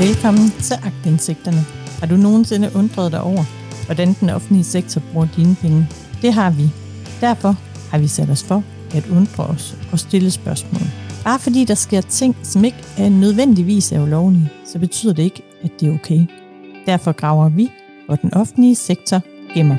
Velkommen til Aktindsigterne. Har du nogensinde undret dig over, hvordan den offentlige sektor bruger dine penge? Det har vi. Derfor har vi sat os for at undre os og stille spørgsmål. Bare fordi der sker ting, som ikke er nødvendigvis er ulovlige, så betyder det ikke, at det er okay. Derfor graver vi, hvor den offentlige sektor gemmer.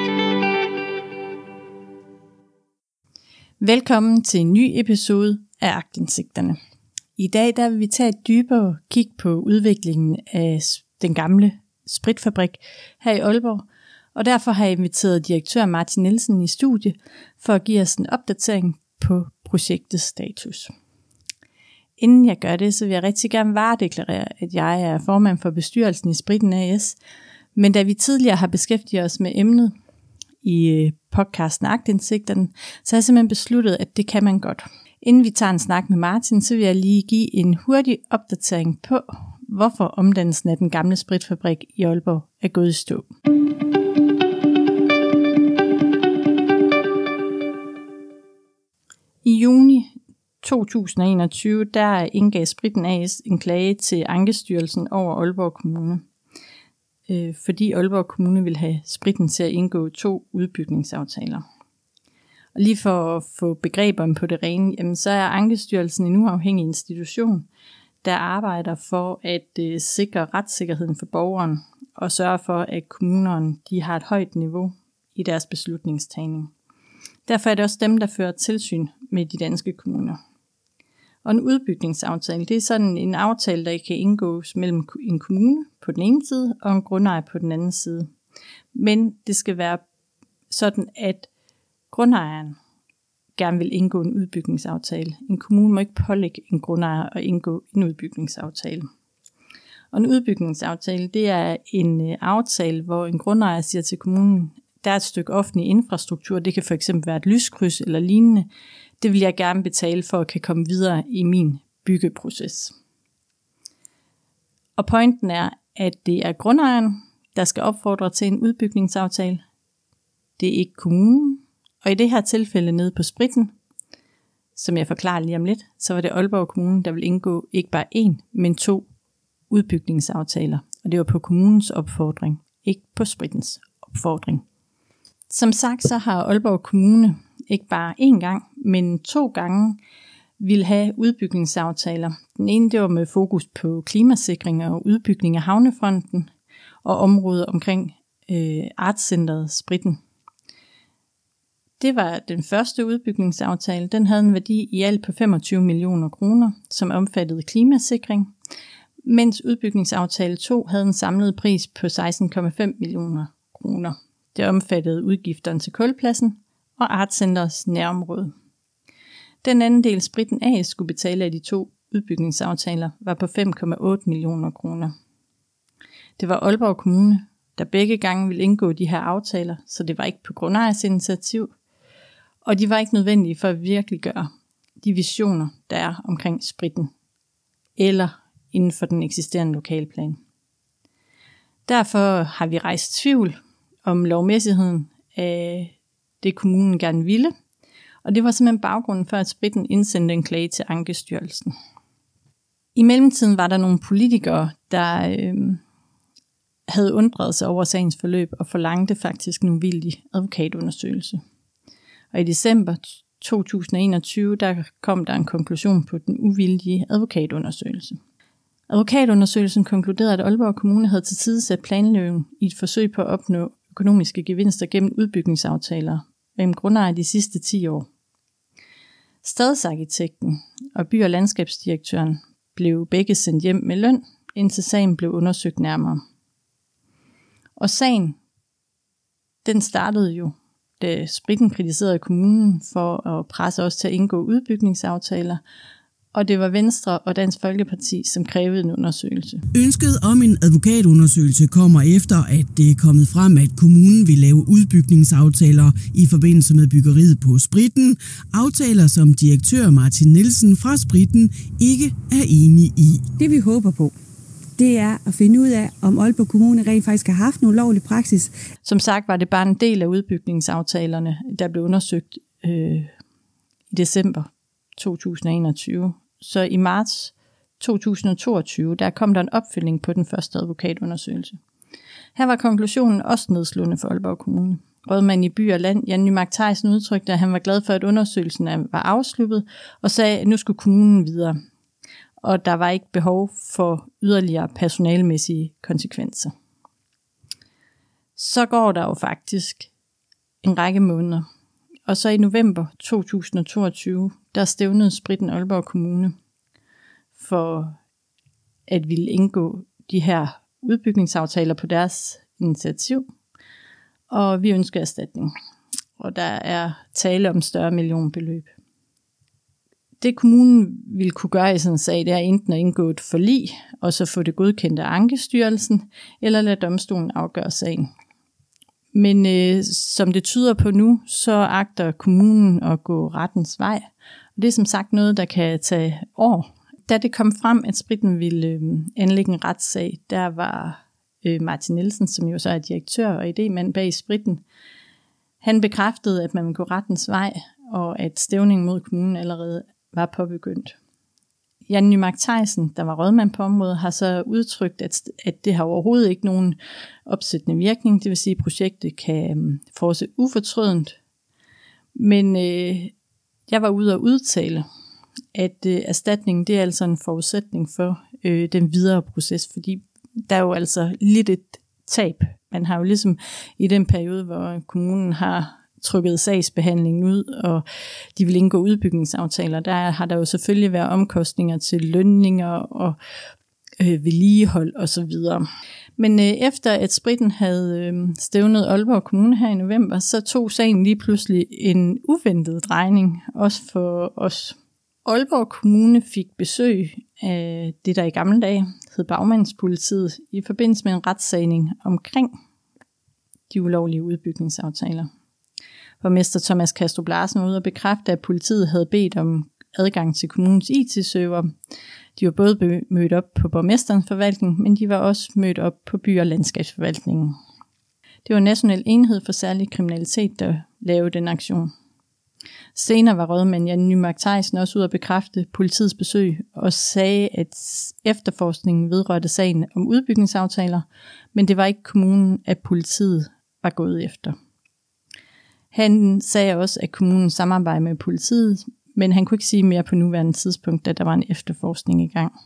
Velkommen til en ny episode af Aktindsigterne. I dag der vil vi tage et dybere kig på udviklingen af den gamle spritfabrik her i Aalborg, og derfor har jeg inviteret direktør Martin Nielsen i studie for at give os en opdatering på projektets status. Inden jeg gør det, så vil jeg rigtig gerne varedeklarere, at jeg er formand for bestyrelsen i Spritten AS, men da vi tidligere har beskæftiget os med emnet i podcasten Aktindsigterne, så har jeg simpelthen besluttet, at det kan man godt. Inden vi tager en snak med Martin, så vil jeg lige give en hurtig opdatering på, hvorfor omdannelsen af den gamle spritfabrik i Aalborg er gået i stå. I juni 2021, der indgav Spritten AS en klage til Ankestyrelsen over Aalborg Kommune, fordi Aalborg Kommune ville have Spritten til at indgå 2 udbygningsaftaler. Og lige for at få begreberne på det rene, jamen, så er Ankestyrelsen en uafhængig institution, der arbejder for at sikre retssikkerheden for borgeren og sørge for, at kommunerne de har et højt niveau i deres beslutningstagning. Derfor er det også dem, der fører tilsyn med de danske kommuner. Og en udbygningsaftale, det er sådan en aftale, der kan indgås mellem en kommune på den ene side og en grundejer på den anden side. Men det skal være sådan, at grundejeren gerne vil indgå en udbygningsaftale. En kommune må ikke pålægge en grundejer at indgå en udbygningsaftale. Og en udbygningsaftale, det er en aftale, hvor en grundejer siger til kommunen, der er et stykke offentlig infrastruktur, det kan for eksempel være et lyskryds eller lignende, det vil jeg gerne betale for at kan komme videre i min byggeproces. Og pointen er, at det er grundejeren, der skal opfordre til en udbygningsaftale. Det er ikke kommunen. Og i det her tilfælde nede på Spritten, som jeg forklarer lige om lidt, så var det Aalborg Kommune, der vil indgå ikke bare 1, men 2 udbygningsaftaler. Og det var på kommunens opfordring, ikke på Sprittens opfordring. Som sagt, så har Aalborg Kommune ikke bare 1 gang, men 2 gange ville have udbygningsaftaler. Den ene, det var med fokus på klimasikring og udbygning af havnefronten og området omkring artscenteret Spritten. Det var den første udbygningsaftale. Den havde en værdi i alt på 25 millioner kroner, som omfattede klimasikring, mens udbygningsaftale 2 havde en samlet pris på 16,5 millioner kroner. Det omfattede udgifterne til kulpladsen og artscenterets nærområde. Den anden del, Spritten AS skulle betale af de 2 udbygningsaftaler, var på 5,8 millioner kroner. Det var Aalborg Kommune, der begge gange ville indgå de her aftaler, så det var ikke på grundejers initiativ, og de var ikke nødvendige for at virkeliggøre de visioner, der er omkring Spritten, eller inden for den eksisterende lokalplan. Derfor har vi rejst tvivl om lovmæssigheden af det, kommunen gerne ville, og det var simpelthen baggrunden for, at Spritten indsendte en klage til Ankestyrelsen. I mellemtiden var der nogle politikere, der havde undret sig over sagens forløb og forlangte faktisk en uvildig advokatundersøgelse. Og i december 2021, der kom der en konklusion på den uvildige advokatundersøgelse. Advokatundersøgelsen konkluderede, at Aalborg Kommune havde tilsidesat planlægningen i et forsøg på at opnå økonomiske gevinster gennem udbygningsaftaler mellem grundejere de sidste 10 år. Stadsarkitekten og by- og landskabsdirektøren blev begge sendt hjem med løn, indtil sagen blev undersøgt nærmere. Og sagen, den startede jo, da Spritten kritiserede kommunen for at presse os til at indgå udbygningsaftaler, og det var Venstre og Dansk Folkeparti, som krævede en undersøgelse. Ønsket om en advokatundersøgelse kommer efter, at det er kommet frem, at kommunen vil lave udbygningsaftaler i forbindelse med byggeriet på Spritten. Aftaler, som direktør Martin Nielsen fra Spritten ikke er enig i. Det vi håber på, det er at finde ud af, om Aalborg Kommune rent faktisk har haft en ulovlig praksis. Som sagt var det bare en del af udbygningsaftalerne, der blev undersøgt i december 2021. Så i marts 2022, der kom der en opfølgning på den første advokatundersøgelse. Her var konklusionen også nedslående for Aalborg Kommune. Rådmand i By og Land, Jan Nymark Thijssen, udtrykte, at han var glad for, at undersøgelsen var afsluttet, og sagde, at nu skulle kommunen videre. Og der var ikke behov for yderligere personalemæssige konsekvenser. Så går der jo faktisk en række måneder. Og så i november 2022, der stævnede Spritten Aalborg Kommune for at ville indgå de her udbygningsaftaler på deres initiativ. Og vi ønsker erstatning. Og der er tale om større millionbeløb. Det kommunen ville kunne gøre i sådan en sag, det er enten at indgå et forlig, og så få det godkendt af Ankestyrelsen, eller lade domstolen afgøre sagen. Men som det tyder på nu, så agter kommunen at gå rettens vej. Og det er som sagt noget, der kan tage år. Da det kom frem, at Spritten ville anlægge en retssag, der var Martin Nielsen, som jo så er direktør og idémand bag Spritten, han bekræftede, at man ville gå rettens vej, og at stævningen mod kommunen allerede var påbegyndt. Jan Nymark Thijssen, der var rådmand på området, har så udtrykt, at det har overhovedet ikke nogen opsættende virkning, det vil sige, at projektet kan fortsætte ufortrødent. Men jeg var ude at udtale, at erstatningen det er altså en forudsætning for den videre proces, fordi der er jo altså lidt et tab. Man har jo ligesom i den periode, hvor kommunen har trykket sagsbehandlingen ud, og de vil indgå udbygningsaftaler, der har der jo selvfølgelig været omkostninger til lønninger og vedligehold osv. Men efter at Spritten havde stævnet Aalborg Kommune her i november, så tog sagen lige pludselig en uventet drejning, også for os. Aalborg Kommune fik besøg af det, der i gamle dage hed Bagmandspolitiet, i forbindelse med en retssagning omkring de ulovlige udbygningsaftaler. Borgmester Thomas Kastrup Larsen var ude at bekræfte, at politiet havde bedt om adgang til kommunens IT-server. De var både mødt op på borgmesterens forvaltning, men de var også mødt op på by- og landskabsforvaltningen. Det var National Enhed for Særlig Kriminalitet, der lavede den aktion. Senere var rådmand Jan Nymark Thijssen også ude at bekræfte politiets besøg og sagde, at efterforskningen vedrørte sagen om udbygningsaftaler, men det var ikke kommunen, at politiet var gået efter. Han sagde også, at kommunen samarbejder med politiet, men han kunne ikke sige mere på nuværende tidspunkt, da der var en efterforskning i gang.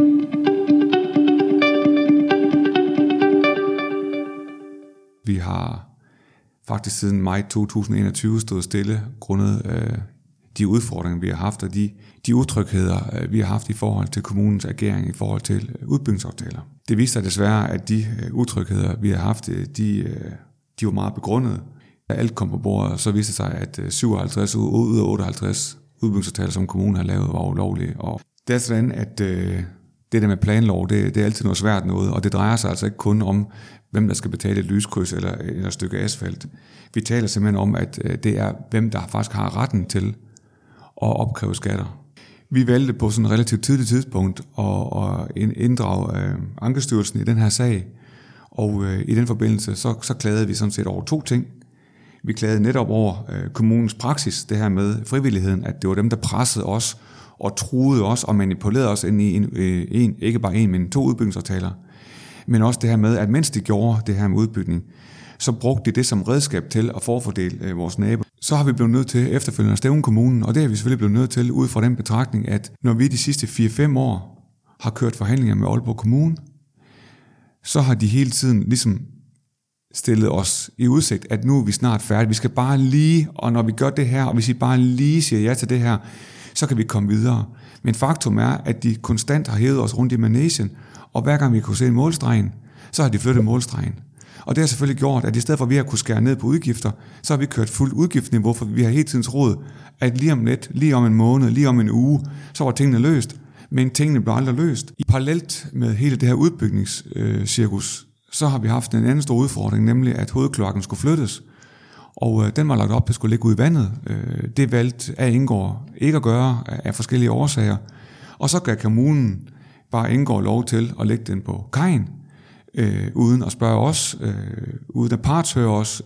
Vi har faktisk siden maj 2021 stået stille grundet de udfordringer, vi har haft, og de utrygheder, vi har haft i forhold til kommunens agering i forhold til udbygningsaftaler. Det viste sig desværre, at de utrygheder, vi har haft, de var meget begrundede. Da alt kom på bordet, så viste det sig, at 57 ud af 58 udbygningsaftaler, som kommunen har lavet, var ulovlige. Og det er sådan, at det der med planlov, det er altid noget svært noget, og det drejer sig altså ikke kun om, hvem der skal betale et lyskryds eller et stykke asfalt. Vi taler simpelthen om, at det er, hvem der faktisk har retten til at opkræve skatter. Vi valgte på sådan et relativt tidligt tidspunkt at inddrage Ankestyrelsen i den her sag, og i den forbindelse så klagede vi sådan set over to ting. Vi klagede netop over kommunens praksis, det her med frivilligheden, at det var dem, der pressede os og truede os og manipulerede os ind i ikke bare en, men 2 udbygningsaftaler. Men også det her med, at mens de gjorde det her med udbygning, så brugte de det som redskab til at forfordele vores naboer. Så har vi blevet nødt til efterfølgende at stævne kommunen, og det har vi selvfølgelig blevet nødt til ud fra den betragtning, at når vi de sidste 4-5 år har kørt forhandlinger med Aalborg Kommune, så har de hele tiden ligesom stillet os i udsigt, at nu er vi snart færdige. Vi skal bare lige, og når vi gør det her, og hvis I bare lige siger ja til det her, så kan vi komme videre. Men faktum er, at de konstant har hævet os rundt i manesien, og hver gang vi kunne se en målstregen, så har de flyttet målstregen. Og det har selvfølgelig gjort, at i stedet for at vi har kunne skære ned på udgifter, så har vi kørt fuldt udgiftsniveau, for vi har hele tiden troet, at lige om lidt, lige om en måned, lige om en uge, så var tingene løst. Men tingene blev aldrig løst. I parallelt med hele det her udbygningscirkus, så har vi haft en anden stor udfordring, nemlig at hovedkloakken skulle flyttes. Og den var lagt op, at skulle ligge ud i vandet. Det valgte af Indgård ikke at gøre af forskellige årsager. Og så gav kommunen bare Indgård lov til at lægge den på kajen, uden at spørge os, uden at partshøre os,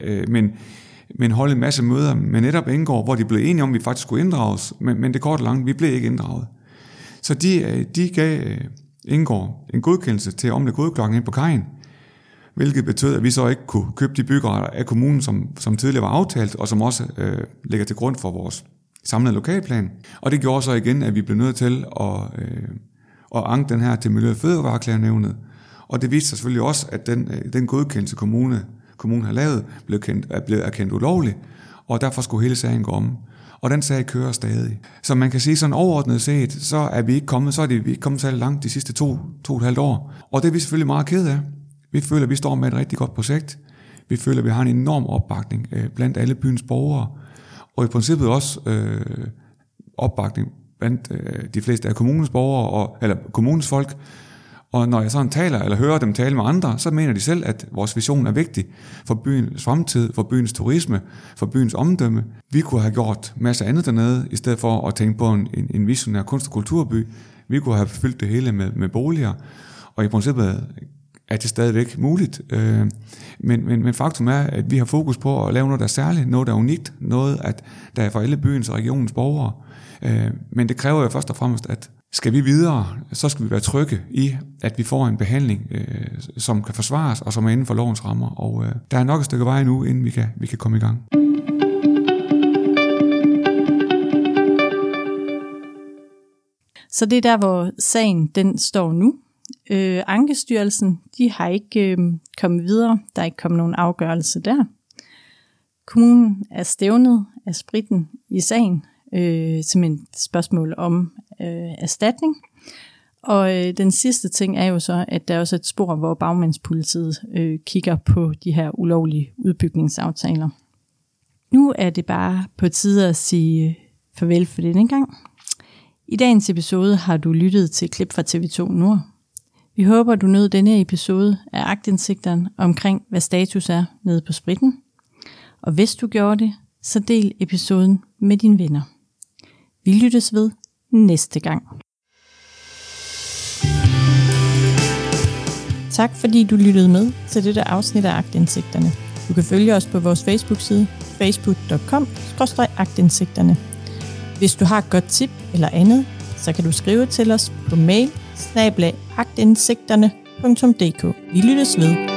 men holde en masse møder med netop Indgård, hvor de blev enige om, at vi faktisk skulle inddrages, men det korte og langt, vi blev ikke inddraget. Så de gav Indgård en godkendelse til at omlægge hovedklokken ind på kajen, hvilket betød, at vi så ikke kunne købe de byggeretter af kommunen, som tidligere var aftalt, og som også ligger til grund for vores samlede lokalplan. Og det gjorde så igen, at vi blev nødt til at anke den her til Miljø- og Fødevareklagenævnet. Og det viste sig selvfølgelig også, at den godkendelse, kommunen har lavet, er blevet erkendt ulovlig, og derfor skulle hele sagen gå om. Og den sag kører stadig. Så man kan sige sådan overordnet set, så er vi ikke kommet så langt de sidste 2,5 år. Og det er vi selvfølgelig meget ked af. Vi føler, at vi står med et rigtig godt projekt. Vi føler, at vi har en enorm opbakning blandt alle byens borgere. Og i princippet også opbakning blandt de fleste af kommunens borgere, eller kommunens folk. Og når jeg sådan taler, eller hører dem tale med andre, så mener de selv, at vores vision er vigtig for byens fremtid, for byens turisme, for byens omdømme. Vi kunne have gjort masser andet dernede, i stedet for at tænke på en visionær kunst- og kulturby. Vi kunne have fyldt det hele med boliger, og i princippet er det stadigvæk muligt. Men faktum er, at vi har fokus på at lave noget, der er særligt, noget, der er unikt, noget, der er for alle byens og regionens borgere. Men det kræver jo først og fremmest, at skal vi videre, så skal vi være trygge i, at vi får en behandling, som kan forsvares, og som er inden for lovens rammer. Og der er nok et stykke vej nu, inden vi kan komme i gang. Så det er der, hvor sagen den står nu. Ankestyrelsen, de har ikke kommet videre. Der er ikke kommet nogen afgørelse der. Kommunen er stævnet af Spritten i sagen, som et spørgsmål om erstatning. Og den sidste ting er jo så, at der er også et spor, hvor bagmandspolitiet kigger på de her ulovlige udbygningsaftaler. Nu er det bare på tide at sige farvel for denne gang. I dagens episode har du lyttet til klip fra TV2 Nord. Vi håber, du nød denne episode af aktindsigterne omkring, hvad status er nede på Spritten. Og hvis du gjorde det, så del episoden med dine venner. Vi lyttes ved næste gang. Tak fordi du lyttede med til dette afsnit af Aktindsigterne. Du kan følge os på vores Facebook-side facebook.com/aktindsigterne. Hvis du har et godt tip eller andet, så kan du skrive til os på mail @aktindsigterne.dk. Vi lyttes ved.